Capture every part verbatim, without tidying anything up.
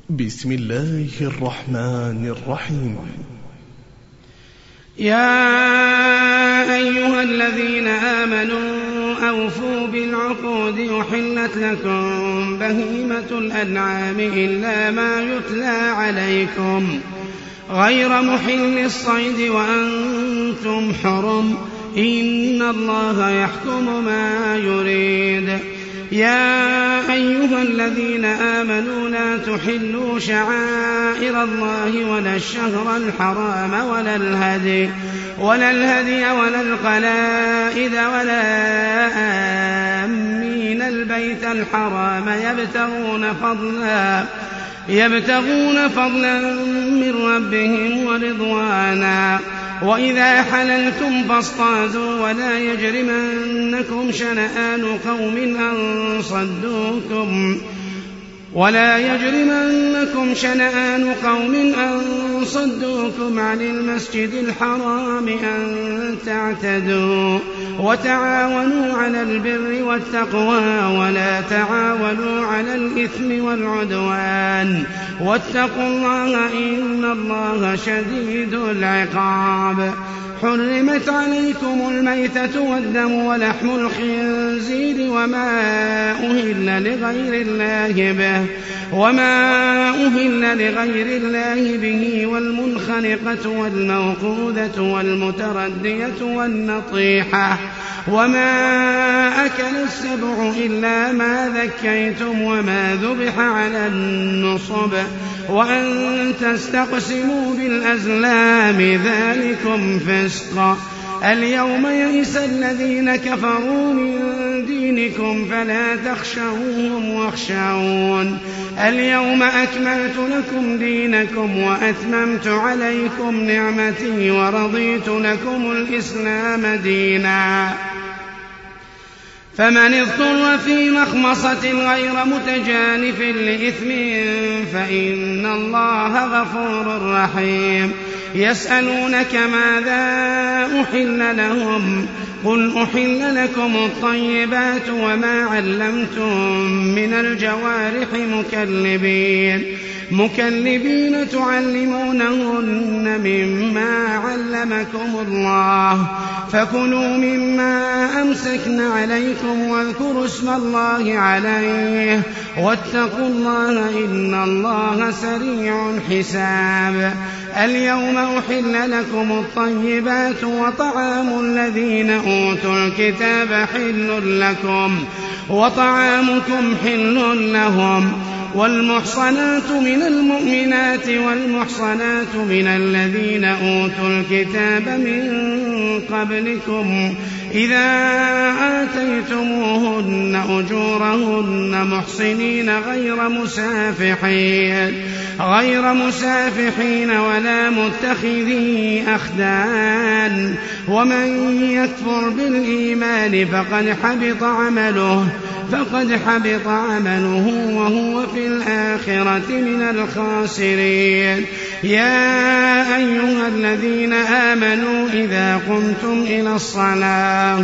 بسم الله الرحمن الرحيم. يا أيها الذين آمنوا أوفوا بالعقود أحلت لكم بهيمة الأنعام إلا ما يتلى عليكم غير محل الصيد وأنتم حرم إن الله يحكم ما يريد. يا أيها الذين آمنوا لا تحلوا شعائر الله ولا الشهر الحرام ولا الهدي ولا الهدي ولا القلائد ولا آمين البيت الحرام يبتغون فضلا يبتغون فضلا من ربهم ورضوانا وإذا حللتم فاصطادوا ولا يجرمنكم شنآن قوم أن صدوكم ولا يجرمنكم شنآن قوم أن صدوكم عن المسجد الحرام أن تعتدوا وتعاونوا على البر والتقوى ولا تعاونوا على الإثم والعدوان واتقوا الله إن الله شديد العقاب. حرمت عليكم الميتة والدم ولحم الخنزير وما أهل لغير الله به وما أهل لغير الله به والمنخنقة والموقوذة والمتردية والنطيحة وما أكل السبع إلا ما ذكيتم وما ذبح على النصب وأن تستقسموا بالأزلام ذلكم فسق. اليوم يئس الذين كفروا من دينكم فلا تخشوهم واخشون. اليوم أكملت لكم دينكم وأتممت عليكم نعمتي ورضيت لكم الإسلام دينا. فمن اضطر في مخمصة غير متجانف لإثم فإن الله غفور رحيم. يسألونك ماذا أحل لهم قل أحل لكم الطيبات وما علمتم من الجوارح مكلبين مكلبين تعلمونهن مما علمكم الله فكلوا مما أمسكن عليكم واذكروا اسم الله عليه واتقوا الله إن الله سريع الحساب. اليوم أحل لكم الطيبات وطعام الذين أوتوا الكتاب حل لكم وطعامكم حل لهم والمحصنات من المؤمنات والمحصنات من الذين أوتوا الكتاب من قبلكم إذا آتيتموهن أجورهن محصنين غير مسافحين غير مسافحين ولا متخذي أخدان ومن يكفر بالإيمان فقد حبط عمله فقد حبط عمله وهو في الآخرة من الخاسرين. يا أيها الذين آمنوا إذا قمتم إلى الصلاة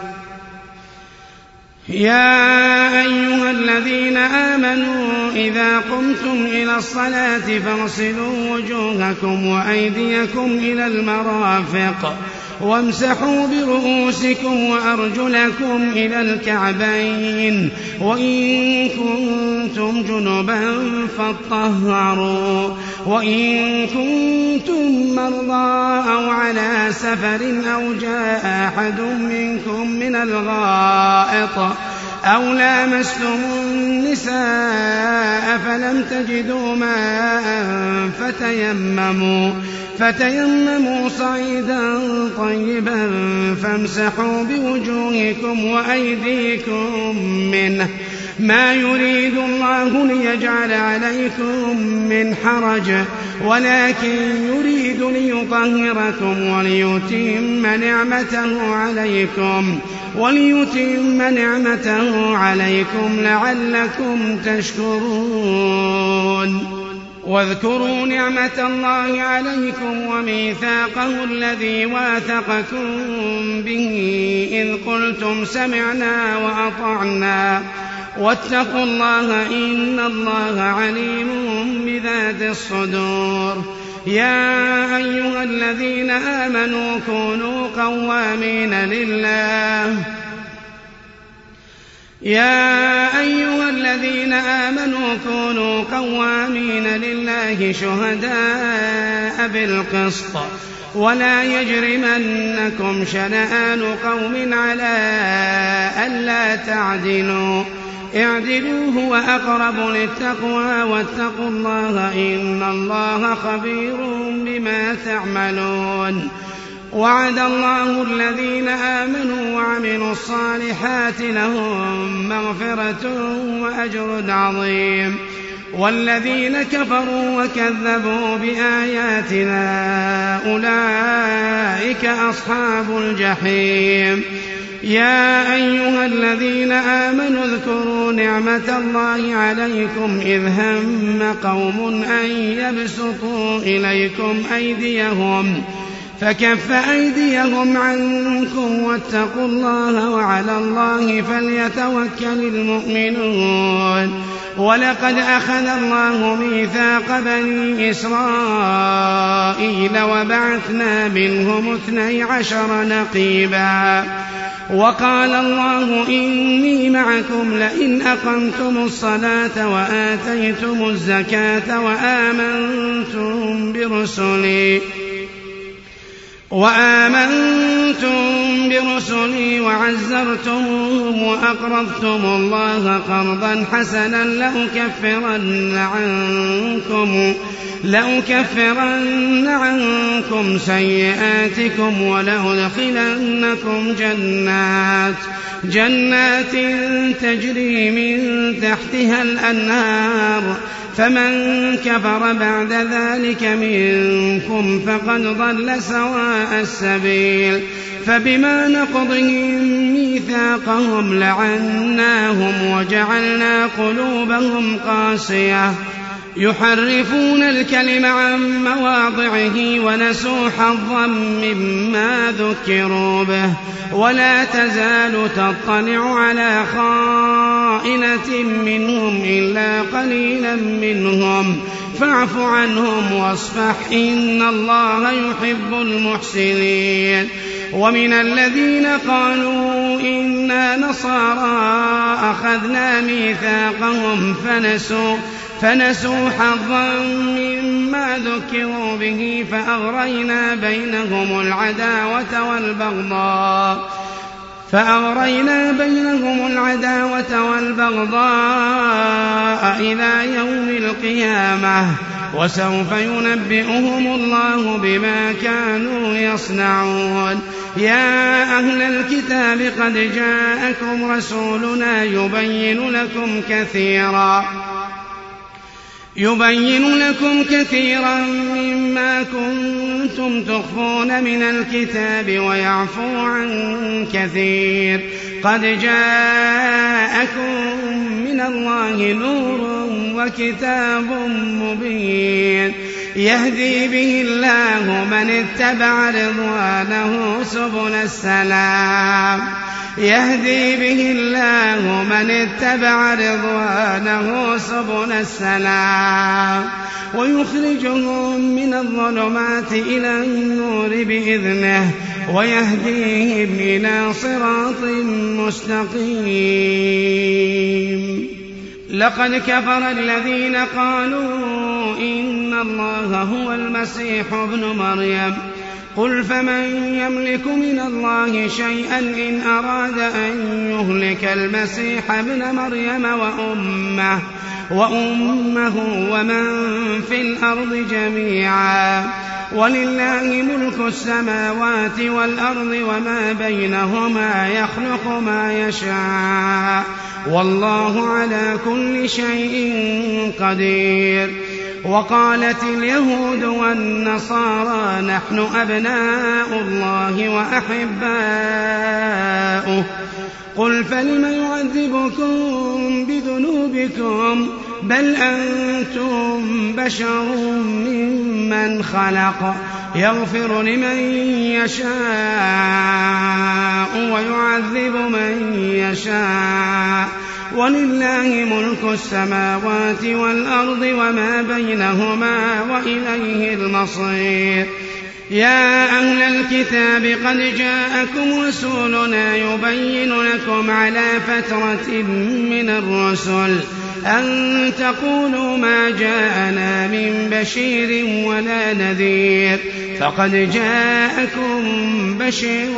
يا أيها الذين آمنوا إذا قمتم إلى الصلاة فاغسلوا وجوهكم وأيديكم إلى المرافق وامسحوا برؤوسكم وأرجلكم إلى الكعبين وإن كنتم جنبا فاطهروا وإن كنتم مرضى أو على سفر أو جاء أحد منكم من الغائط أو لامستم النساء فلم تجدوا ماء فتيمموا فتيمموا صعيدا طيبا فامسحوا بوجوهكم وأيديكم منه ما يريد الله ليجعل عليكم من حرج ولكن يريد ليطهركم وليتم نعمته عليكم وليتم نعمته عليكم لعلكم تشكرون. واذكروا نعمة الله عليكم وميثاقه الذي واثقكم به إذ قلتم سمعنا وأطعنا واتقوا الله إن الله عليم بذات ذات الصدور. يا أيها الذين آمنوا كونوا قوامين لله يا أيها الذين آمنوا كونوا قوامين لله شهداء بالقسط ولا يجرمنكم شنآن قوم على ألا تعدلوا اعدلوا هو أقرب للتقوى واتقوا الله إن الله خبير بما تعملون. وعد الله الذين آمنوا وعملوا الصالحات لهم مغفرة وأجر عظيم والذين كفروا وكذبوا بآياتنا أولئك أصحاب الجحيم. يا أيها الذين آمنوا اذكروا نعمة الله عليكم إذ هم قوم أن يبسطوا إليكم أيديهم فكف أيديهم عنكم واتقوا الله وعلى الله فليتوكل المؤمنون. ولقد أخذ الله ميثاق بني إسرائيل وبعثنا منهم اثني عشر نقيبا وقال الله إني معكم لئن أقمتم الصلاة وآتيتم الزكاة وآمنتم برسلي وآمنتم برسلي وعزرتموهم وأقرضتم الله قرضا حسنا لأكفرن عنكم لأكفرن عنكم سيئاتكم ولأدخلنكم جنات جنات تجري من تحتها الأنهار فمن كفر بعد ذلك منكم فقد ضل سواء السبيل. فبما نقضهم ميثاقهم لعناهم وجعلنا قلوبهم قاسية يحرفون الكلم عن مواضعه ونسوا حظا مما ذكروا به ولا تزال تطلع على خائنة منهم إلا قليلا منهم فاعف عنهم واصفح إن الله يحب المحسنين. ومن الذين قالوا إنا نصارى أخذنا ميثاقهم فنسوا فنسوا حظا مما ذكروا به فأغرينا بينهم العداوة والبغضاء فأغرينا بينهم العداوة والبغضاء إلى يوم القيامة وسوف ينبئهم الله بما كانوا يصنعون. يا أهل الكتاب قد جاءكم رسولنا يبين لكم كثيرا يبين لكم كثيرا مما كنتم تخفون من الكتاب ويعفو عن كثير. قد جاءكم من الله نور وكتاب مبين يهدي به الله من اتبع رضوانه سبل السلام يهدي به الله من اتبع رضوانه سبل السلام ويخرجهم من الظلمات إلى النور بإذنه ويهديهم إلى صراط مستقيم. لقد كفر الذين قالوا إن الله هو المسيح ابن مريم قل فمن يملك من الله شيئا إن أراد أن يهلك المسيح ابن مريم وأمه وأمه ومن في الأرض جميعا ولله ملك السماوات والأرض وما بينهما يخلق ما يشاء والله على كل شيء قدير. وقالت اليهود والنصارى نحن أبناء الله وأحباؤه قل فلم يعذبكم بذنوبكم بل أنتم بشر ممن خلق يغفر لمن يشاء ويعذب من يشاء ولله ملك السماوات والأرض وما بينهما وإليه المصير. يا أهل الكتاب قد جاءكم رسولنا يبين لكم على فترة من الرسل أن تقولوا ما جاءنا من بشير ولا نذير، فقد جاءكم بشير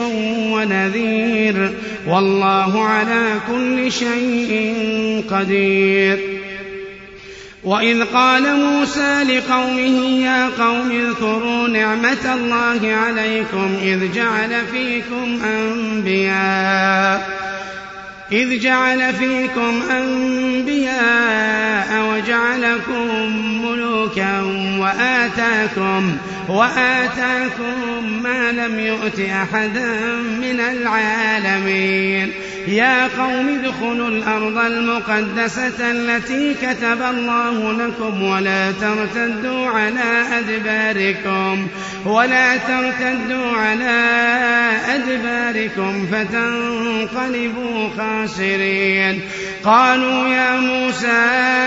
ونذير والله على كل شيء قدير. وإذ قال موسى لقومه يا قوم اذكروا نعمة الله عليكم إذ جعل فيكم أنبياء إذ جعل فيكم أنبياء وجعلكم ملوكا وآتاكم وآتاكم ما لم يؤت أحدا من العالمين. يا قوم ادخلوا الأرض المقدسة التي كتب الله لكم ولا ترتدوا على أدباركم ولا ترتدوا على أدباركم فتنقلبوا خاسرين. قالوا يا موسى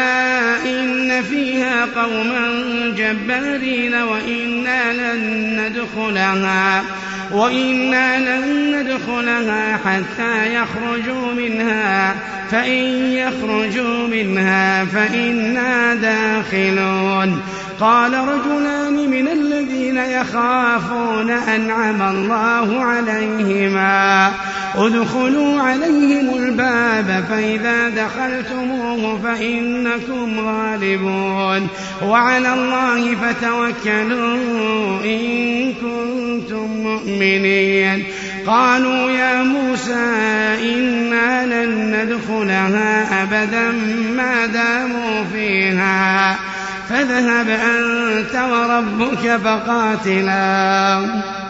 إن فيها قوما جبارين وإنا لن ندخلها وإنا لن ندخلها حتى يخرجوا منها فإن يخرجوا منها فإنا داخلون. قال رجلان من الذين يخافون أنعم الله عليهما ادخلوا عليهم الباب فإذا دخلتموه فإنكم غالبون وعلى الله فتوكلوا إن كنتم مؤمنين. قالوا يا موسى إنا لن ندخلها أبدا ما داموا فيها فاذهب أنت وربك فقاتلا.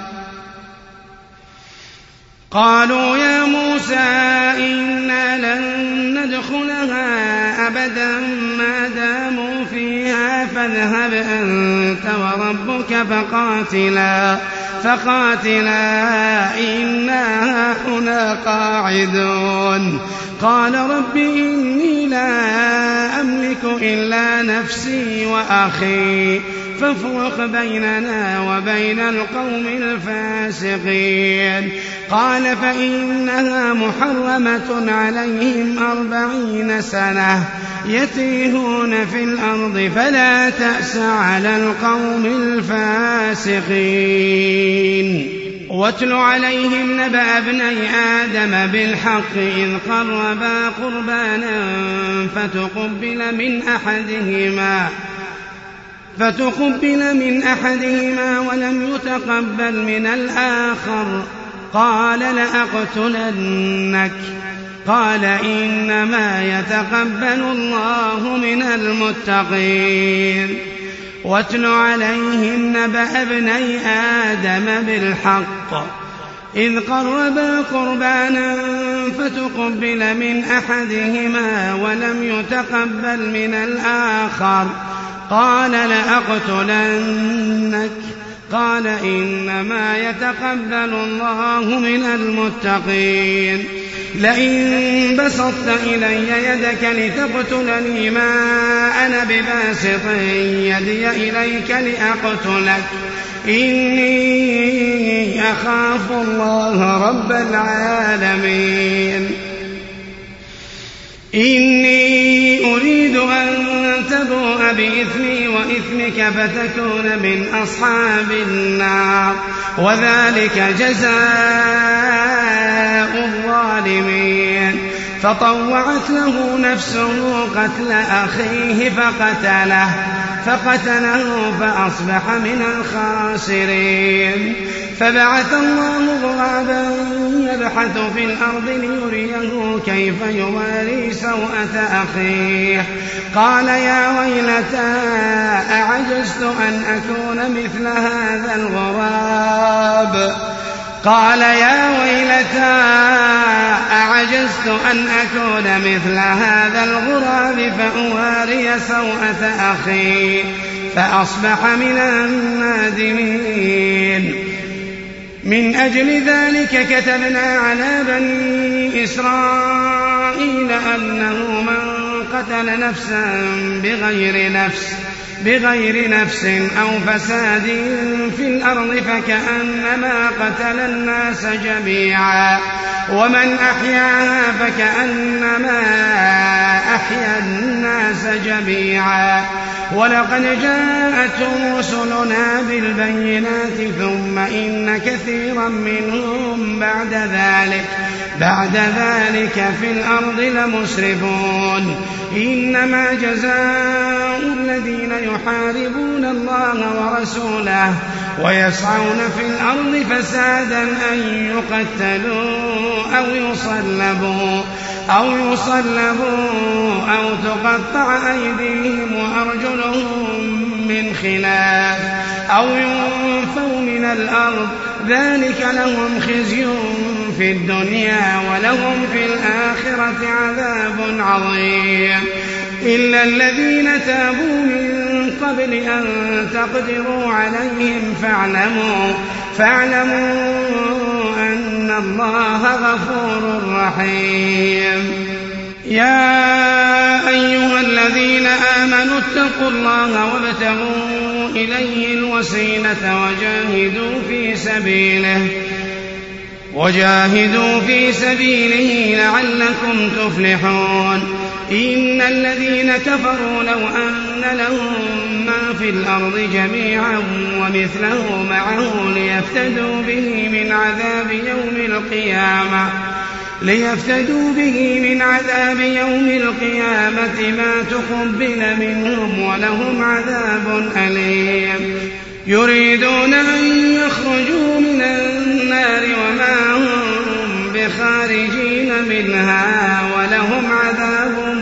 قالوا يا موسى إنا لن ندخلها أبدا ما داموا فيها فاذهب أنت وربك فقاتلا فقاتلا إنا هنا قاعدون. قال رب إني لا أملك إلا نفسي وأخي فافرق بيننا وبين القوم الفاسقين. قال فإنها محرمة عليهم أربعين سنة يتيهون في الأرض فلا تأس على القوم الفاسقين. واتل عليهم نبأ ابني آدم بالحق إذ قربا قربانا فتقبل من أحدهما فتقبل من أحدهما ولم يتقبل من الآخر قال لأقتلنك قال إنما يتقبل الله من المتقين. واتل عليهم نبأ ابني آدم بالحق إذ قربا قربانا فتقبل من أحدهما ولم يتقبل من الآخر قال لأقتلنك قال إنما يتقبل الله من المتقين. لئن بسطت إلي يدك لتقتلني ما أنا بباسط يدي إليك لأقتلك إني أخاف الله رب العالمين. إني أريد أن تبوء بإثمي وإثمك فتكون من أصحاب النار وذلك جزاء الظالمين. فطوعت له نفسه قتل أخيه فقتله فقتله فأصبح من الخاسرين. فبعث الله غرابا يبحث في الأرض ليريه كيف يواري سوءة أخيه قال يا ويلتى أعجزت أن أكون مثل هذا الغراب قال يا ويلتى أعجزت أن أكون مثل هذا الغراب فأواري سوءة أخي فأصبح من النادمين. من أجل ذلك كتبنا على بني إسرائيل أنه من قتل نفسا بغير نفس بغير نفس أو فساد في الأرض فكأنما قتل الناس جميعا ومن أحياها فكأنما أحيا الناس جميعا ولقد جاءتهم رسلنا بالبينات ثم إن كثيرا منهم بعد ذلك بعد ذلك في الأرض لمسرفون إنما جزاء الذين يحاربون الله ورسوله ويسعون في الأرض فسادا أن يقتلوا أو يصلبوا أو يصلبوا أو تقطع أيديهم وأرجلهم من خلاف أو ينفوا من الأرض ذلك لهم خزي في الدنيا ولهم في الآخرة عذاب عظيم إلا الذين تابوا من قبل أن تقدروا عليهم فاعلموا فاعلموا أن الله غفور رحيم يا أيها الذين آمنوا اتقوا الله وابتغوا إليه الوسيلة وجاهدوا في سبيله وجاهدوا في سبيله لعلكم تفلحون إن الذين كفروا لو أن لهم ما في الأرض جميعا ومثله معه ليفتدوا به من عذاب يوم القيامة ليفتدوا به من عذاب يوم القيامة ما تقبل منهم ولهم عذاب أليم يريدون أن يخرجوا من النار وما هم بخارجين منها ولهم عذاب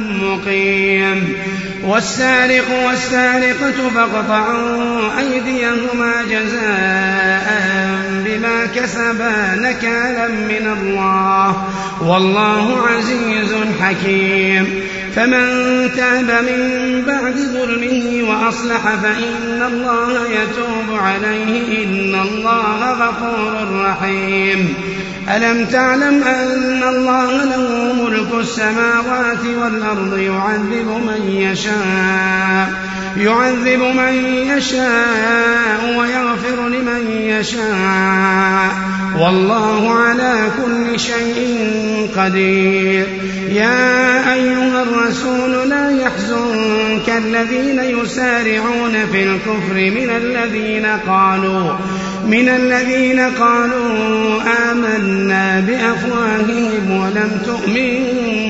مقيم والسارق والسارقة فاقطعوا أيديهما جزاء بما كسبا نكالا من الله والله عزيز حكيم فمن تاب من بعد ظلمه وأصلح فإن الله يتوب عليه إن الله غفور رحيم ألم تعلم أن الله له ملك السماوات والأرض يعذب من يشاء يعذب من يشاء ويغفر لمن يشاء والله على كل شيء قدير يا أيها الرسول لا يحزنك الذين يسارعون في الكفر من الذين قالوا من الذين قالوا آمنا بأفواههم ولم تؤمن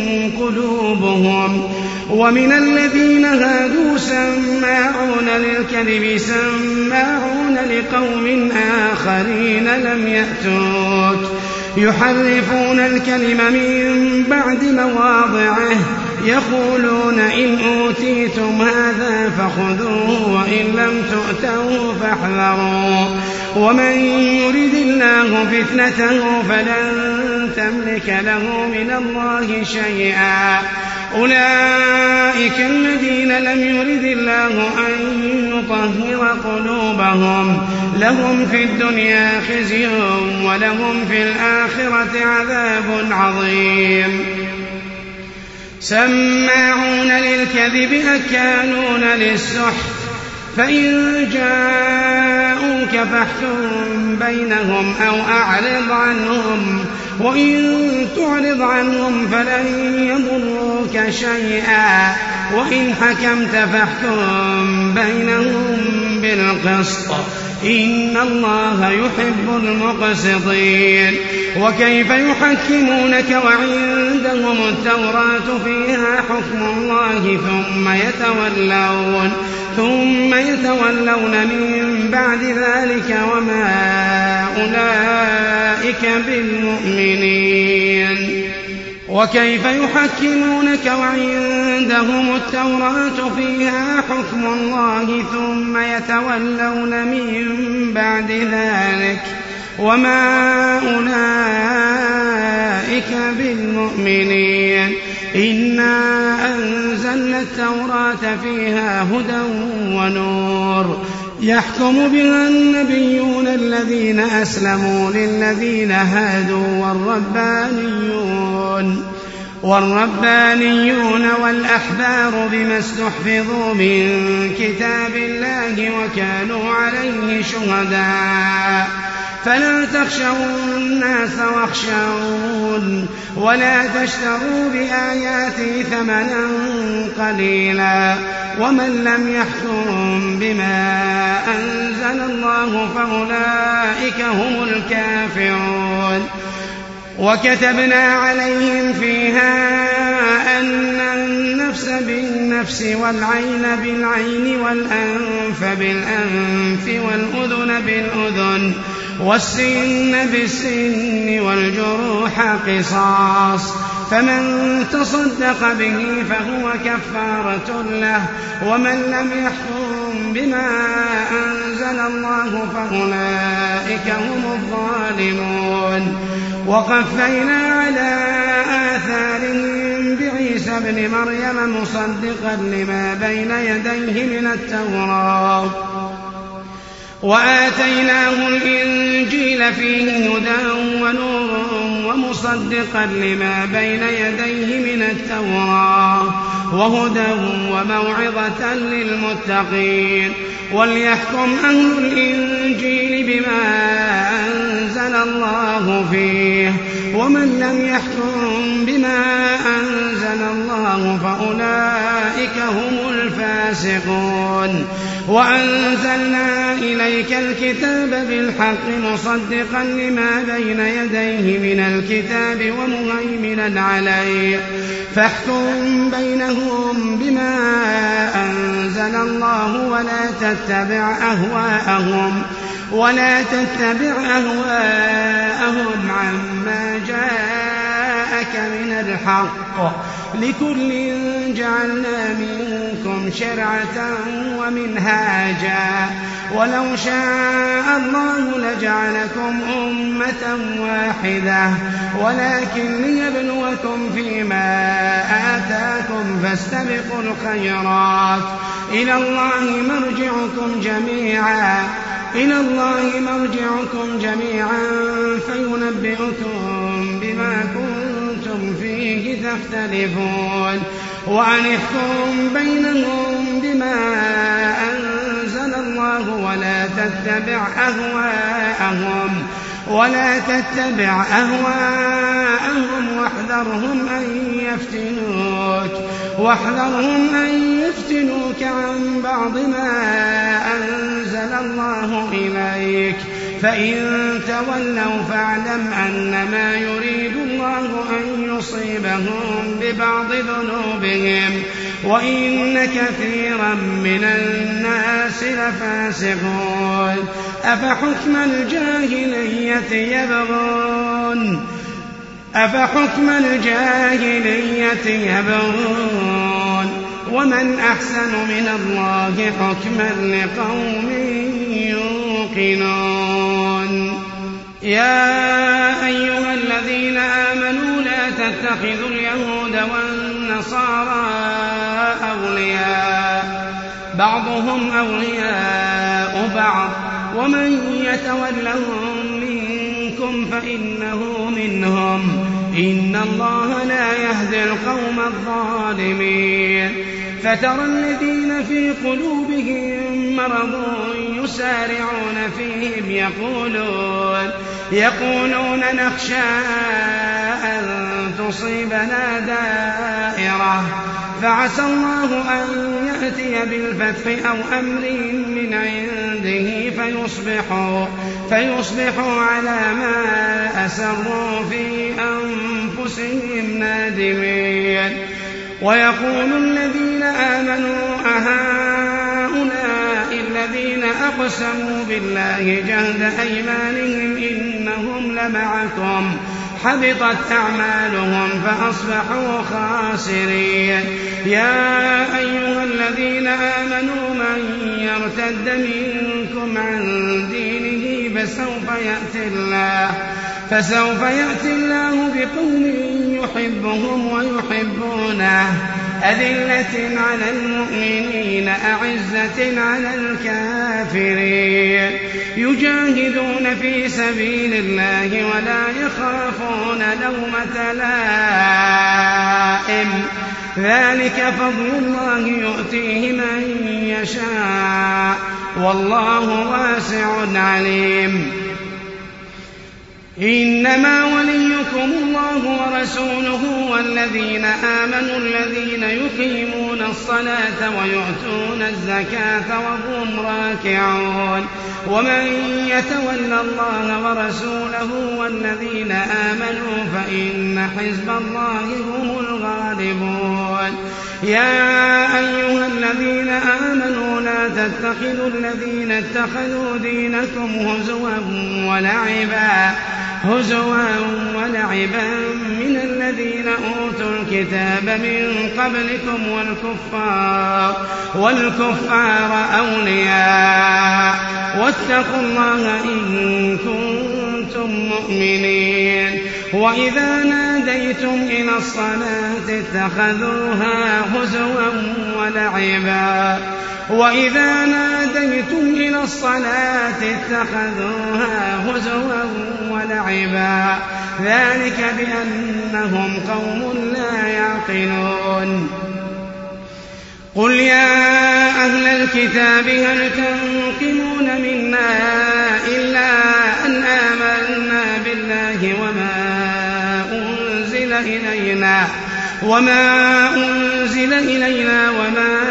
قلوبهم ومن الذين هادوا سماعون للكذب سماعون لقوم آخرين لم يأتوك يحرفون الكلم من بعد مواضعه يقولون إن أوتيتم هذا فخذوه وإن لم تؤتوه فاحذروا ومن يرد الله فتنته فلن تملك له من الله شيئا أولئك الذين لم يرد الله أن يطهر قلوبهم لهم في الدنيا خزي ولهم في الآخرة عذاب عظيم سماعون للكذب أكالون للسحت فإن جاءوك فاحكم بينهم أو أعرض عنهم وإن تعرض عنهم فلن يضروك شيئا وإن حكمت فاحكم بينهم بالقسط إن الله يحب المقسطين وكيف يحكمونك وعندهم التوراة فيها حكم الله ثم يتولون ثم يتولون من بعد ذلك وما أولئك بالمؤمنين وكيف يحكمونك وعندهم التوراة فيها حكم الله ثم يتولون من بعد ذلك وما أولئك بالمؤمنين إنا أنزلنا التوراة فيها هدى ونور يحكم بها النبيون الذين أسلموا للذين هادوا والربانيون والربانيون والأحبار بما استحفظوا من كتاب الله وكانوا عليه شهداء فلا تخشوا الناس واخشون ولا تشتروا بآياتي ثمنا قليلا ومن لم يحكم بما أنزل الله فأولئك هم الكافرون. وكتبنا عليهم فيها أن النفس بالنفس والعين بالعين والأنف بالأنف والأذن بالأذن والسن بالسن والجروح قصاص فمن تصدق به فهو كفارة له ومن لم يحكم بما أنزل الله فأولئك هم الظالمون. وقفينا على آثارهم بعيسى ابن مريم مصدقا لما بين يديه من التوراة وآتيناه الإنجيل فيه هدى ونور ومصدقا لما بين يديه من التوراة وهدى وموعظة للمتقين. وليحكم أهل الإنجيل بما أنزل الله فيه ومن لم يحكم بما أنزل الله فأولئك هم الفاسقون. وأنزلنا إليك الكتاب بالحق مصدقا لما بين يديه من الكتاب ومهيمنا عليه فاحكم بينهم بما أنزل الله ولا تتبع أهواءهم ولا تتبع أهواءهم عما جاءك من الحق لكل جعلنا منكم شرعة ومنهاجا ولو شاء الله لجعلكم أمة واحدة ولكن ليبلوكم فيما آتاكم فاستبقوا الخيرات إلى الله مرجعكم جميعا إلى الله مرجعكم جميعا فينبئكم بما كنتم فيه تختلفون. وأن احكم بينهم بما أنزل الله ولا تتبع أهواءهم ولا تتبع أهواءهم واحذرهم أن يفتنوك واحذرهم أن يفتنوك عن بعض ما أنزل الله إليك فإن تولوا فاعلم أنما يريد الله أن يصيبهم ببعض ذنوبهم وإن كثيرا من الناس لفاسقون. أفحكم الجاهلية يبغون أفحكم الجاهلية يبغون ومن أحسن من الله حكما لقوم يوقنون. يا أيها الذين آمنوا لا تتخذوا اليهود والنصارى أولياء بعضهم أولياء بعض ومن يتولهم منكم فإنه منهم إن الله لا يهدي القوم الظالمين. فترى الذين في قلوبهم مرض يسارعون فيهم يقولون يقولون نخشى أن تصيبنا دائرة فعسى الله أن يأتي بالفتح أو أمر من عنده فيصبحوا, فيصبحوا على ما أسروا في أنفسهم نادمين. ويقول الذين آمنوا أهؤلاء الذين أقسموا بالله جهد أيمانهم إنهم لمعكم حبطت أعمالهم فأصبحوا خاسرين. يا أيها الذين آمنوا من يرتد منكم عن دينه فسوف يأتي الله فسوف يأتي الله بقوم يحبهم ويحبونه أذلة على المؤمنين أعزة على الكافرين يجاهدون في سبيل الله ولا يخافون لومة لائم ذلك فضل الله يؤتيه من يشاء والله واسع عليم. إنما وليكم الله ورسوله والذين آمنوا الذين يقيمون الصلاة ويؤتون الزكاة وهم راكعون ومن يتولى الله ورسوله والذين آمنوا فإن حزب الله هم الغالبون. يا أيها الذين آمنوا لا تتخذوا الذين اتخذوا دينكم هزوا ولعبا هزوا ولعبا من الذين أوتوا الكتاب من قبلكم والكفار والكفار أولياء واتقوا الله إن كنتم مؤمنين. وإذا ناديتم إلى الصلاة اتخذوها هزوا ولعبا وإذا ناديتم إلى الصلاة اتخذوها هزوا ولعبا ذلك بأنهم قوم لا يعقلون. قل يا أهل الكتاب هل تنقمون منا إلا أن آمنا بالله وما أنزل إلينا وما أنزل إلينا وما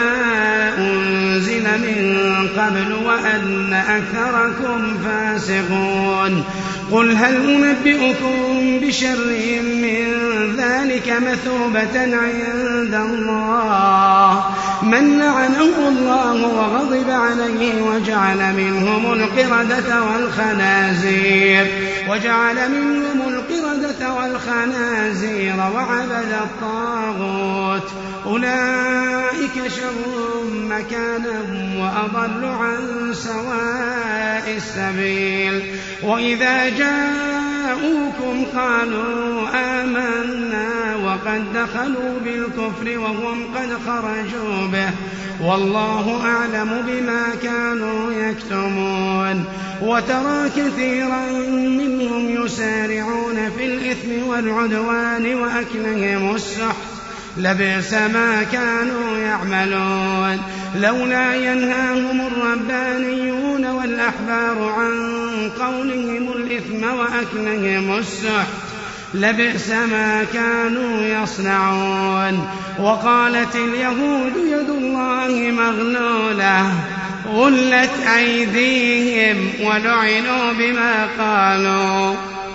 أنزل من قبل وأن أكثركم فاسقون. قل هل أنبئكم بشر من ذلك مثوبة عند الله من لعنه الله وغضب عليه وجعل منهم القردة والخنازير وجعل منهم القردة والخنازير وعبد الطاغوت أولئك شر مكانا وأضل عن سواء السبيل. وإذا جاءوكم قالوا آمنا وقد دخلوا بالكفر وهم قد خرجوا به والله أعلم بما كانوا يكتمون. وترى كثيرا منهم يسارعون في الإثم والعدوان وأكلهم السحت لبئس ما كانوا يعملون. لولا ينهاهم الربانيون والأحبار عن قولهم الإثم وأكلهم السحت لبئس ما كانوا يصنعون. وقالت اليهود يد الله مغلولة غلت أيديهم ولعنوا بما قالوا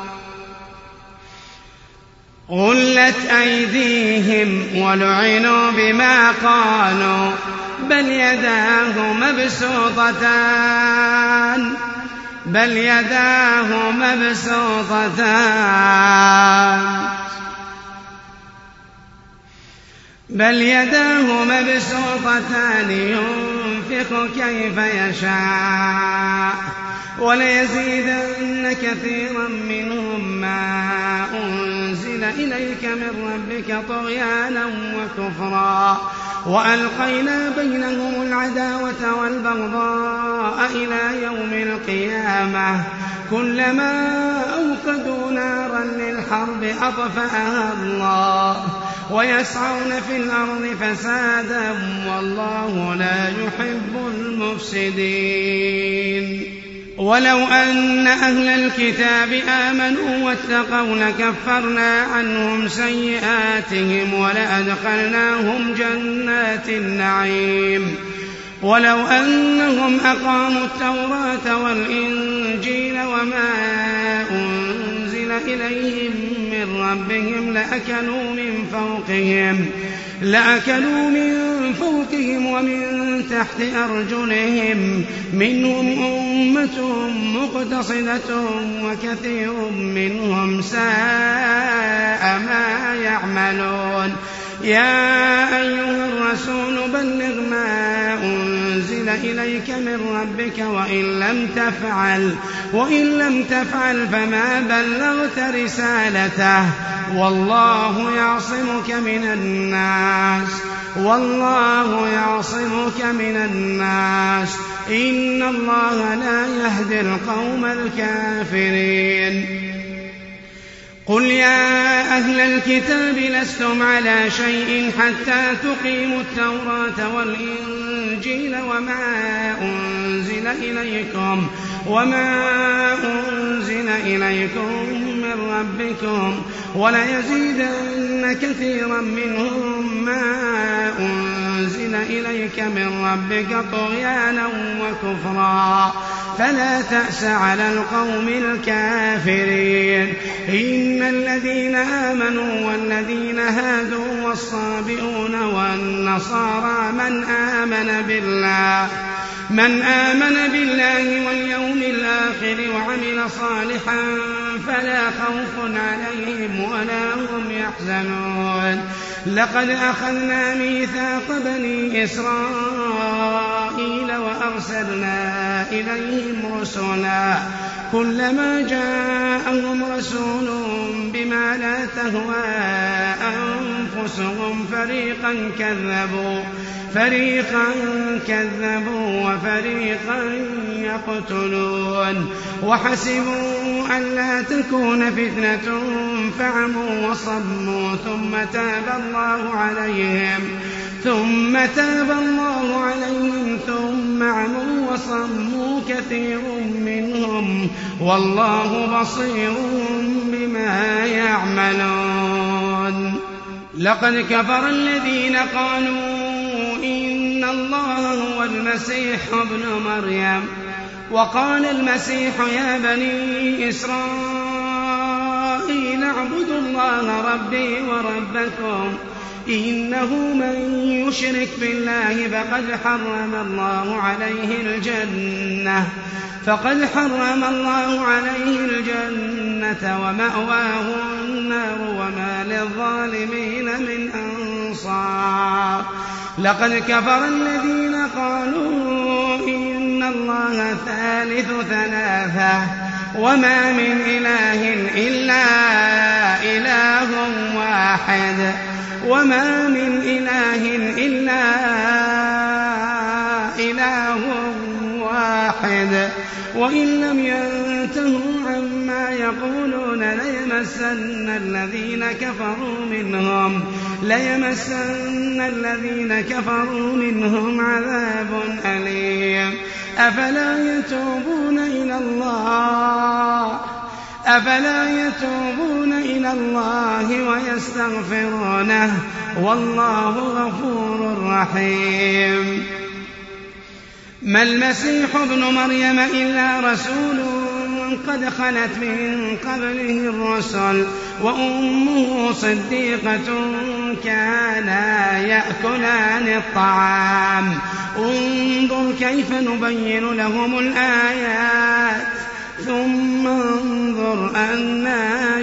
غلت أيديهم ولعنوا بما قالوا بل يداه مبسوطتان بل يداه مبسوطتان بل يداه مبسوطتان ينفق كيف يشاء وليزيدن كثيرا منهم ما أنزل إليك من ربك طغيانا وكفرا وألقينا بينهم العداوة والبغضاء إلى يوم القيامة كلما أوقدوا نارا للحرب أطفأها الله ويسعون في الأرض فسادا والله لا يحب المفسدين. ولو أن أهل الكتاب آمنوا واتقوا لكفرنا عنهم سيئاتهم ولأدخلناهم جنات النعيم. ولو أنهم أقاموا التوراة والإنجيل وما أنزل إليهم من ربهم لأكلوا من فوقهم لأكلوا من فوقهم ومن تحت أرجلهم منهم أمة مقتصدة وكثير منهم ساء ما يعملون. يا أيها الرسول بلغ ما أنزل إليك من ربك وإن لم تفعل وإن لم تفعل فما بلغت رسالته والله يعصمك من الناس والله يعصمك من الناس إن الله لا يهدي القوم الكافرين. قل يا أهل الكتاب لستم على شيء حتى تقيموا التوراة والإنجيل وما أنزل إليكم وما أنزل إليكم من ربكم وليزيدن كثيرا منهم ما أنزل إليك من ربك طغيانا وكفرا فلا تأس على القوم الكافرين. إن الذين آمنوا والذين هادوا والصابئون والنصارى من آمن بالله من آمن بالله واليوم الآخر وعمل صالحا فلا خوف عليهم ولا هم يحزنون. لقد أخذنا ميثاق بني إسرائيل وأرسلنا إليهم رسلا كلما جاءهم رسول بما لا تهوى أنفسهم فريقا كذبوا فريقا كذبوا وفريقا يقتلون وحسبوا ألا تكون فتنة فعموا وصموا ثم تاب الله عليهم ثم تاب الله عليهم ثم عموا وصموا كثير منهم والله بصير بما يعملون. لقد كفر الذين قالوا إن الله هو المسيح ابن مريم وقال المسيح يا بني إسرائيل اعبدوا الله ربي وربكم إنه من يشرك بالله فقد حرم الله عليه الجنة فقد حرم الله عليه الجنة ومأواه النار وما للظالمين من أنصار. لقد كفر الذين قالوا إن الله ثالث ثلاثة وما من إله إلا إله واحد وما من إله إلا إله واحد وإن لم ينتهوا عما يقولون ليمسن الذين كفروا منهم ليمسن الذين كفروا منهم عذاب أليم. أفلا يتوبون إلى الله أفلا يتوبون إلى الله ويستغفرونه والله غفور رحيم. ما المسيح ابن مريم إلا رسول قد خلت من قبله الرسل وأمه صديقة كانا يأكلان الطعام انظر كيف نبين لهم الآيات ثم انظر أنى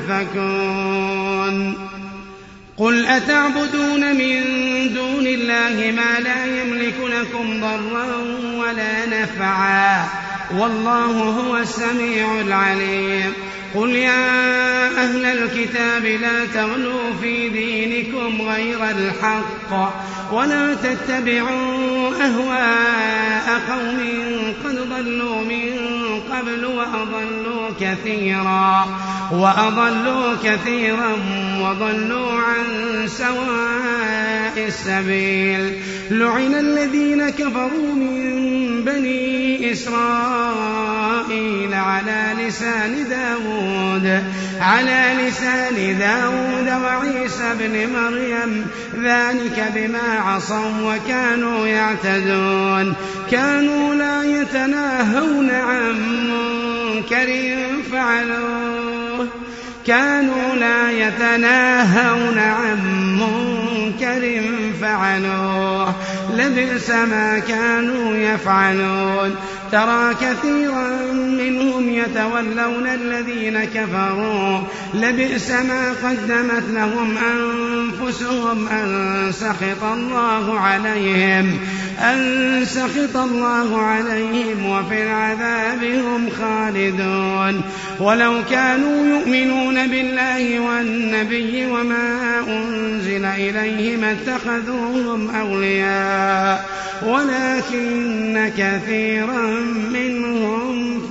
يؤفكون. قل أتعبدون من دون الله ما لا يملك لكم ضرا ولا نفعا والله هو السميع العليم. قل يا أهل الكتاب لا تغلوا في دينكم غير الحق ولا تتبعوا أهواء قوم قد ضلوا من قبل وأضلوا كثيرا وأضلوا كثيرا وضلوا عن سواء السبيل. لعن الذين كفروا من بني إسرائيل على لسان داود على لسان داود وعيسى بن مريم ذلك بما عصوا وكانوا يعتدون كانوا لا يتناهون عن منكر فعلوه كانوا لا يتناهون عن منكر فعلوه لبئس ما كانوا يفعلون. ترى كثيرا منهم يتولون الذين كفروا لبئس ما قدمت لهم أنفسهم أن سخط الله عليهم أن سخط الله عليهم وفي العذاب هم خالدون ولو كانوا يؤمنون بالله والنبي وما أنزل إليه ما اتخذوهم أولياء ولكن كثيرا منهم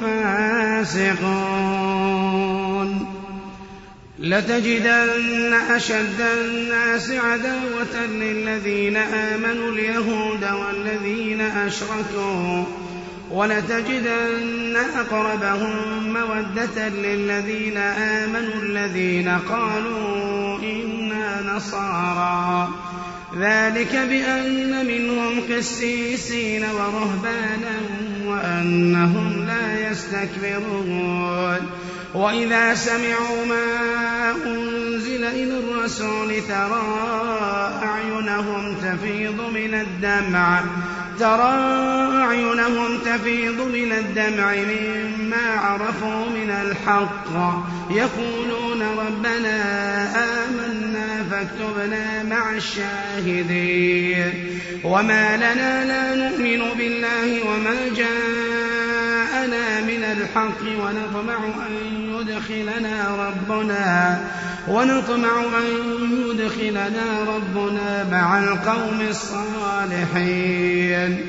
فاسقون لتجدن أشد الناس عداوة للذين آمنوا اليهود والذين أشركوا ولتجدن أقربهم مودة للذين آمنوا الذين قالوا إنا نصارى ذلك بأن منهم قسيسين ورهبانا وأنهم لا يستكبرون وإذا سمعوا ما أنزل إلى الرسول ترى أعينهم تفيض من الدمع ترى أعينهم تفيض من الدمع مما عرفوا من الحق يقولون ربنا آمنا فاكتبنا مع الشاهدين وما لنا لا نؤمن بالله وما جاءنا من الحق ونطمع أن يدخلنا ربنا ونطمع أن يدخلنا ربنا مع القوم الصالحين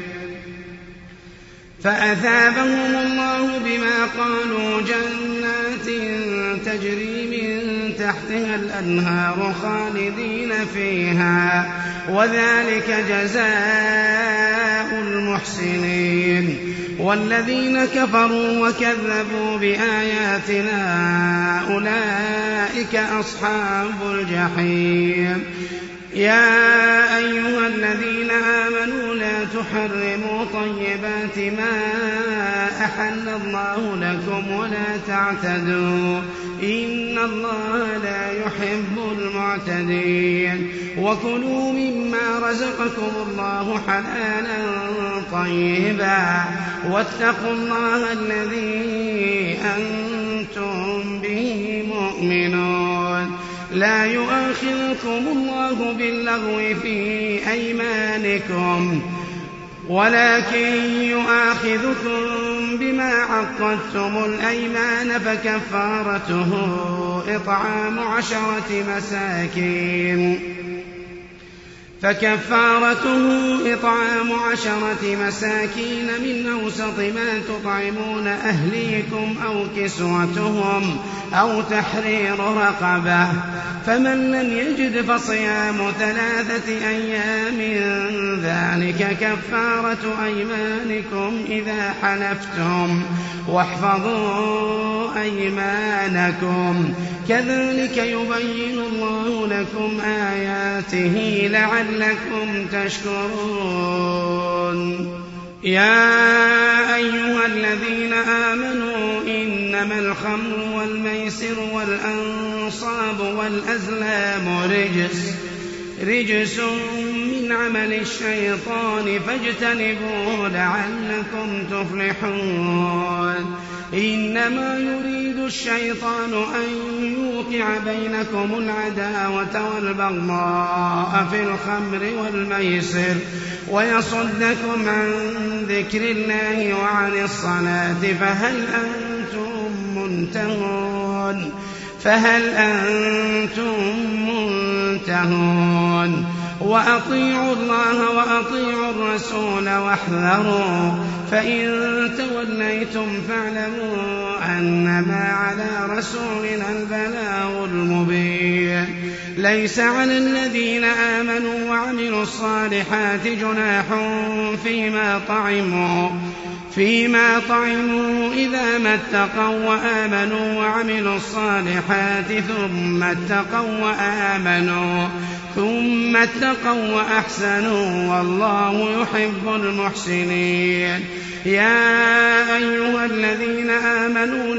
فأثابهم الله بما قالوا جنات تجري من تحتها الأنهار خالدين فيها وذلك جزاء المحسنين والذين كفروا وكذبوا بآياتنا أولئك أصحاب الجحيم يا أيها الذين آمنوا لا تحرموا طيبات ما أحل الله لكم ولا تعتدوا إن الله لا يحب المعتدين وكلوا مما رزقكم الله حلالا طيبا واتقوا الله الذي أنتم به مؤمنون لا يؤاخذكم الله باللغو في أيمانكم ولكن يؤاخذكم بما عقدتم الأيمان فكفارته إطعام عشرة مساكين فكفارته إطعام عشرة مساكين من أوسط ما تطعمون أهليكم أو كسوتهم أو تحرير رقبة فمن لم يجد فصيام ثلاثة أيام ذلك كفارة أيمانكم إذا حلفتم واحفظوا أيمانكم كذلك يبين الله لكم آياته لعلكم تشكرون يا أيها الذين آمنوا إنما الخمر والميسر والأنصاب والأزلام رجس رجس من عمل الشيطان فاجتنبوه لعلكم تفلحون إنما يريد الشيطان أن يوقع بينكم العداوة والبغضاء في الخمر والميسر ويصدكم عن ذكر الله وعن الصلاة فهل أنتم منتهون فهل أنتم منتهون وأطيعوا الله وأطيعوا الرسول واحذروا فإن توليتم فاعلموا أنما على رسولنا البلاغ المبين ليس على الذين آمنوا وعملوا الصالحات جناح فيما طعموا فيما طعموا إذا ما اتقوا وآمنوا وعملوا الصالحات ثم اتقوا وآمنوا ثم اتقوا وأحسنوا والله يحب المحسنين يا أيها الذين آمنوا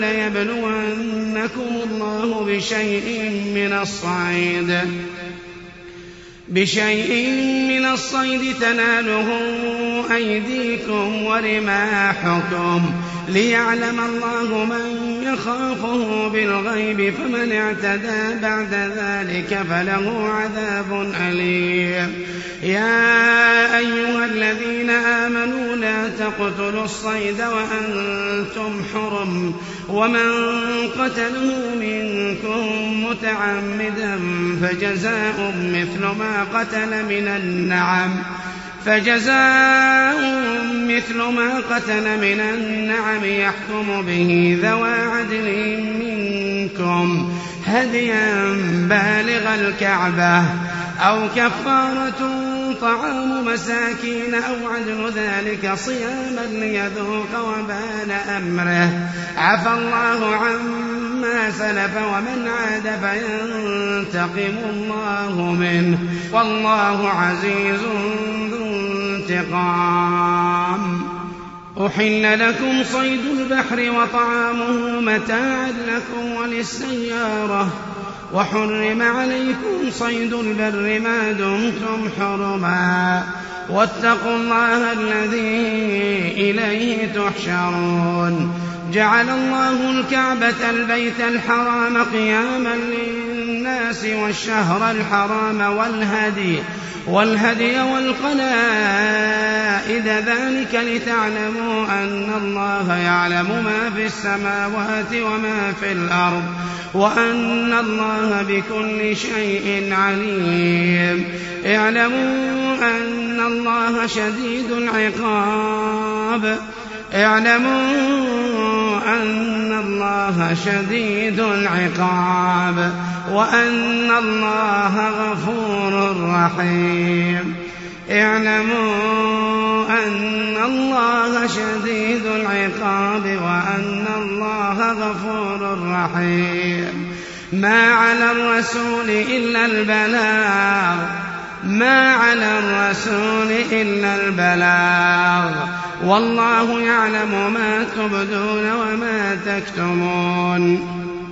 ليبلونكم الله بشيء من الصيد بشيء من الصيد تناله أيديكم ورماحكم ليعلم الله من يخافه بالغيب فمن اعتدى بعد ذلك فله عذاب أليم. يا أيها الذين آمنوا لا تقتلوا الصيد وأنتم حرم ومن قتله منكم متعمدا فجزاء مثل ما قتل من النعم فجزاء مثل ما قتل من النعم يحكم به ذوى عدل منكم هديا بالغ الكعبة أو كفارة طعام مساكين أو عدل ذلك صياما ليذوق وبال أمره عفى الله عما سلف ومن عاد فينتقم الله منه والله عزيز ذو انتقام. أحل لكم صيد البحر وطعامه متاعا لكم وللسيارة وحرم عليكم صيد البر ما دمتم حرما واتقوا الله الذي إليه تحشرون. جعل الله الكعبة البيت الحرام قياما للناس والشهر الحرام والهدي والهدي والقلائد ذلك لتعلموا أن الله يعلم ما في السماوات وما في الأرض وأن الله بكل شيء عليم. اعلموا أن الله شديد العقاب اعلموا أن الله شديد العقاب وأن الله غفور رحيم. اعلموا أن الله شديد العقاب وأن الله غفور رحيم. ما على الرسول إلا البلاغ ما على الرسول إلا البلاغ والله يعلم ما تبدون وما تكتمون.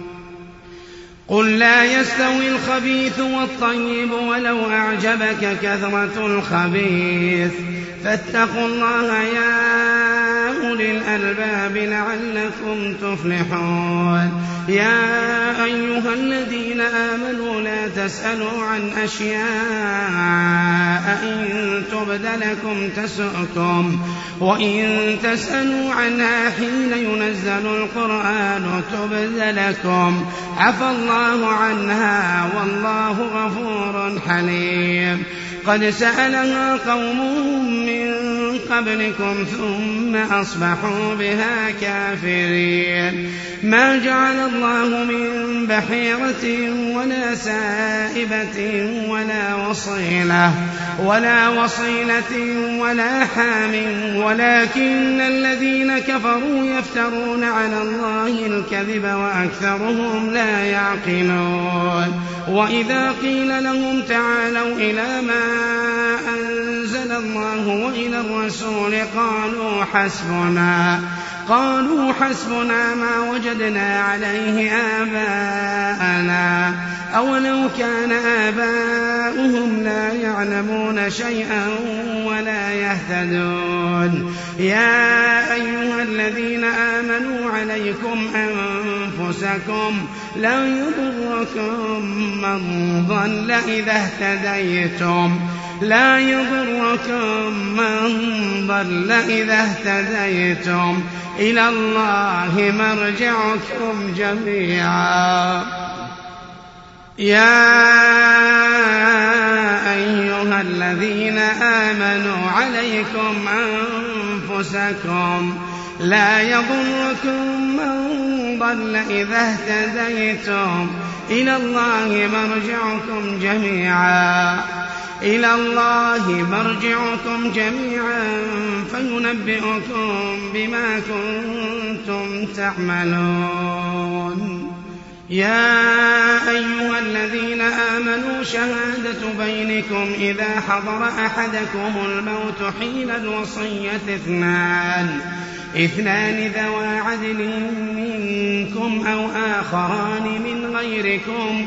قل لا يستوي الخبيث والطيب ولو أعجبك كثرة الخبيث فاتقوا الله يا أولي الألباب لعلكم تفلحون. يا أيها الذين آمنوا لا تسألوا عن أشياء إن تبد لكم تسؤكم وإن تسألوا عنها حين ينزل القرآن تبد لكم عفى الله عنها والله غفور حليم. قد سألها قوم من قبلكم ثم أصبحوا بها كافرين. ما جعل الله من بحيرة ولا سائبة ولا وصيلة ولا وصيلة ولا حام ولكن الذين كفروا يفترون على الله الكذب وأكثرهم لا يعقلون. وإذا قيل لهم تعالوا إلى ما أنزل الله وإلى الرسول قالوا حسبنا قالوا حسبنا ما وجدنا عليه آباءنا أولو كان آباؤهم لا يعلمون شيئا ولا يهتدون. يا أيها الذين آمنوا عليكم أنفسكم لا يضركم من ضل إذا اهتديتم لا يضركم من ضل إذا اهتديتم إلى الله مرجعكم جميعا. يا أيها الذين آمنوا عليكم أنفسكم لا يضركم من ضل إذا اهتديتم إلى الله مرجعكم جميعا إلى الله مرجعكم جميعا فينبئكم بما كنتم تعملون. يا أيها الذين آمنوا شهادة بينكم إذا حضر أحدكم الموت حين الوصية اثنان اثنان ذوى عدل منكم أو آخران من غيركم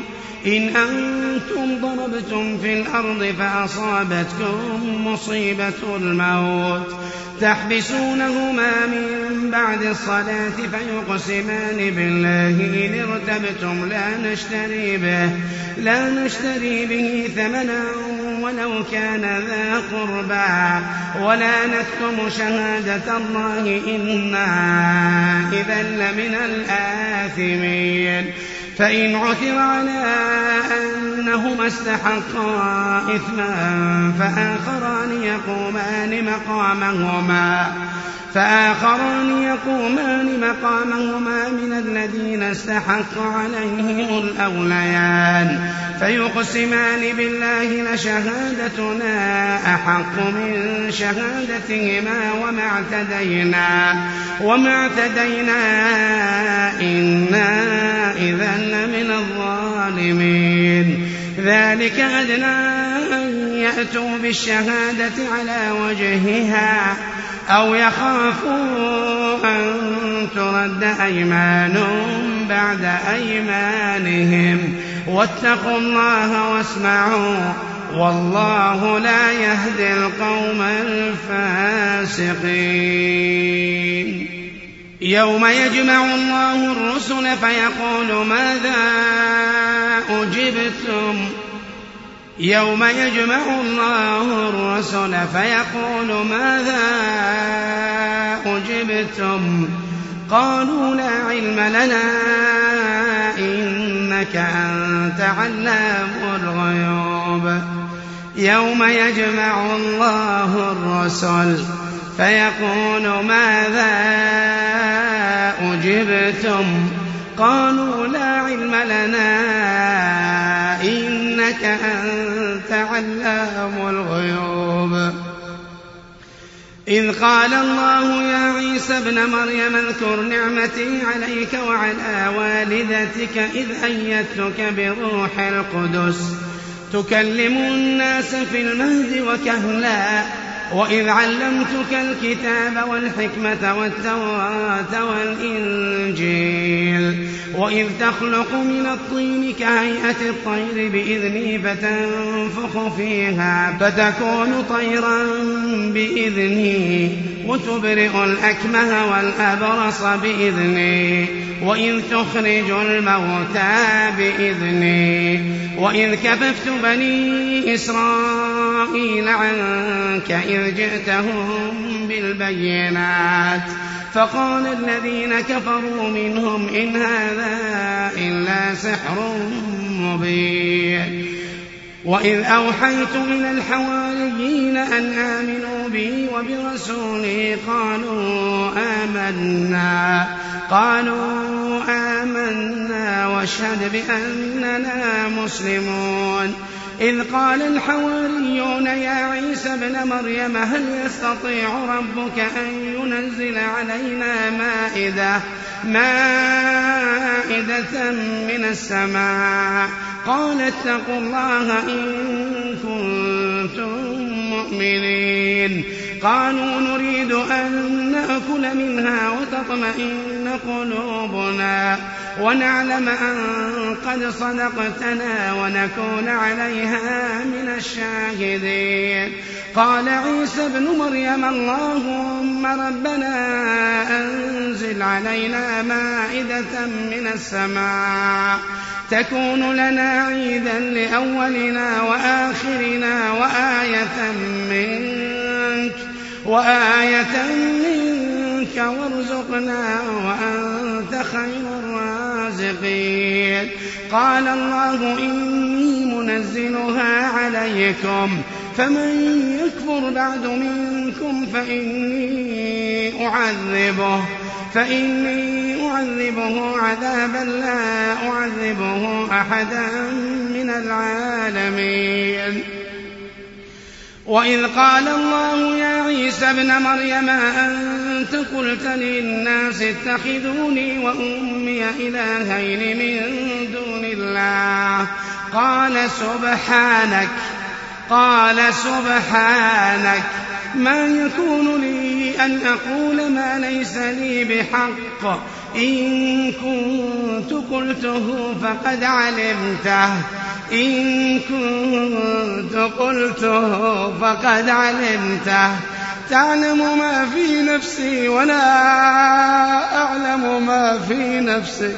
إن أنتم ضربتم في الأرض فأصابتكم مصيبة الموت تحبسونهما من بعد الصلاة فيقسمان بالله إن ارتبتم لا نشتري به, لا نشتري به ثمنا ولو كان ذا قربى ولا نكتم شهادة الله إنا إذا لمن الآثمين. فإن عثر على أنهما استحقا إثما فآخران يقومان مقامهما فآخران يقومان مقامهما من الذين استحق عليهم الأوليان فيقسمان بالله لشهادتنا أحق من شهادتهما وما اعتدينا, وما اعتدينا إنا إذا لمن الظالمين. ذلك أدنى أن يأتوا بالشهادة على وجهها أو يخافوا أن ترد أيمان بعد أيمانهم واتقوا الله واسمعوا والله لا يهدي القوم الفاسقين. يوم يجمع الله الرسل فيقول ماذا أجبتم يوم يجمع الله الرسل فيقول ماذا أجبتم قالوا لا علم لنا إنك أنت علام الغيوب. يوم يجمع الله الرسل فيقول ماذا أجبتم قالوا لا علم لنا إنك أنت علام الغيوب. إذ قال الله يا عيسى ابن مريم اذكر نعمتي عليك وعلى والدتك إذ أيدتك بروح القدس تكلم الناس في المهد وكهلا وإذ علمتك الكتاب والحكمة والتوراة والإنجيل وإذ تخلق من الطين كهيئة الطير بإذني فتنفخ فيها فتكون طيرا بإذني وتبرئ الأكمه والأبرص بإذني وإذ تخرج الموتى بإذني وإذ كففت بني إسرائيل عنك إذ جئتهم بالبينات فقال الذين كفروا منهم إن هذا إلا سحر مبين. وإذ أوحيت إلى الحواريين أن آمنوا بي وبرسولي قالوا آمنا قالوا آمنا واشهد بأننا مسلمون. إذ قال الحواريون يا عيسى ابن مريم هل يستطيع ربك أن ينزل علينا مائدة مائدة من السماء قال اتقوا الله إن كنتم مؤمنين. قالوا نريد أن نأكل منها وتطمئن قلوبنا ونعلم أن قد صدقتنا ونكون عليها من الشاهدين. قال عيسى ابن مريم اللهم ربنا أنزل علينا مائدة من السماء تكون لنا عيدا لأولنا وآخرنا وآية منك وآية منك وارزقنا وأنت خير الرازقين. قال الله إني منزلها عليكم فمن يكفر بعد منكم فإني أعذبه فإني أعذبه عذابا لا أعذبه أحدا من العالمين. وإذ قال الله يا عيسى ابن مريم أنت قلت للناس اتخذوني وأمي إلهين من دون الله قال سبحانك قال سبحانك ما يكون لي أن أقول ما ليس لي بحق إن كنت قلته فقد علمته إن كنت قلته فقد علمته تعلم ما في نفسي ولا أعلم ما في نفسك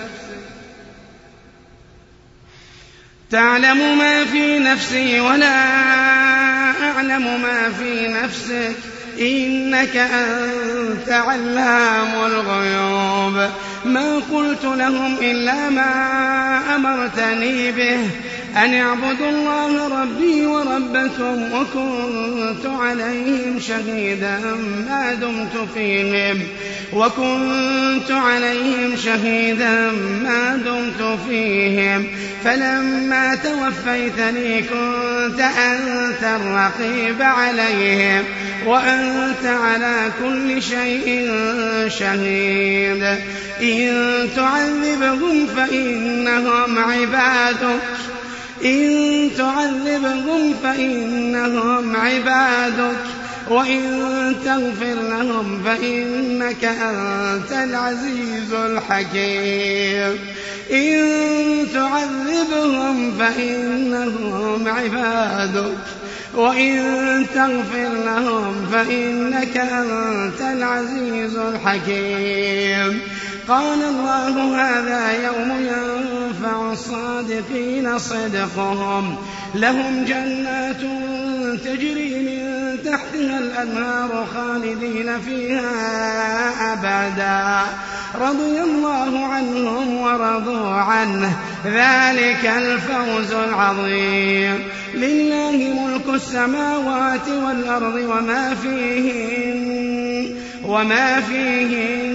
تعلم ما في نفسي ولا أعلم ما في نفسك إنك أنت علام الغيوب ما قلت لهم إلا ما أمرتني به أن اعبدوا الله ربي وربكم وكنت عليهم شهيدا ما دمت فيهم وكنت عليهم شهيدا ما دمت فيهم فلما توفيتني كنت أنت الرقيب عليهم وأنت على كل شيء شهيد إن تعذبهم فإنهم عبادك إن تعذبهم فإنهم عبادك وإن تغفر لهم فإنك أنت العزيز الحكيم إن تعذبهم فإنهم عبادك وإن تغفر لهم فإنك أنت العزيز الحكيم قال الله هذا يوم ينفع الصادقين صدقهم لهم جنات تجري من تحتها الأنهار خالدين فيها أبدا رضي الله عنهم ورضوا عنه ذلك الفوز العظيم لله ملك السماوات والأرض وما فيهن وما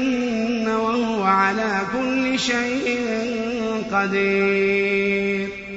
فيهن وهو على كل شيء قدير.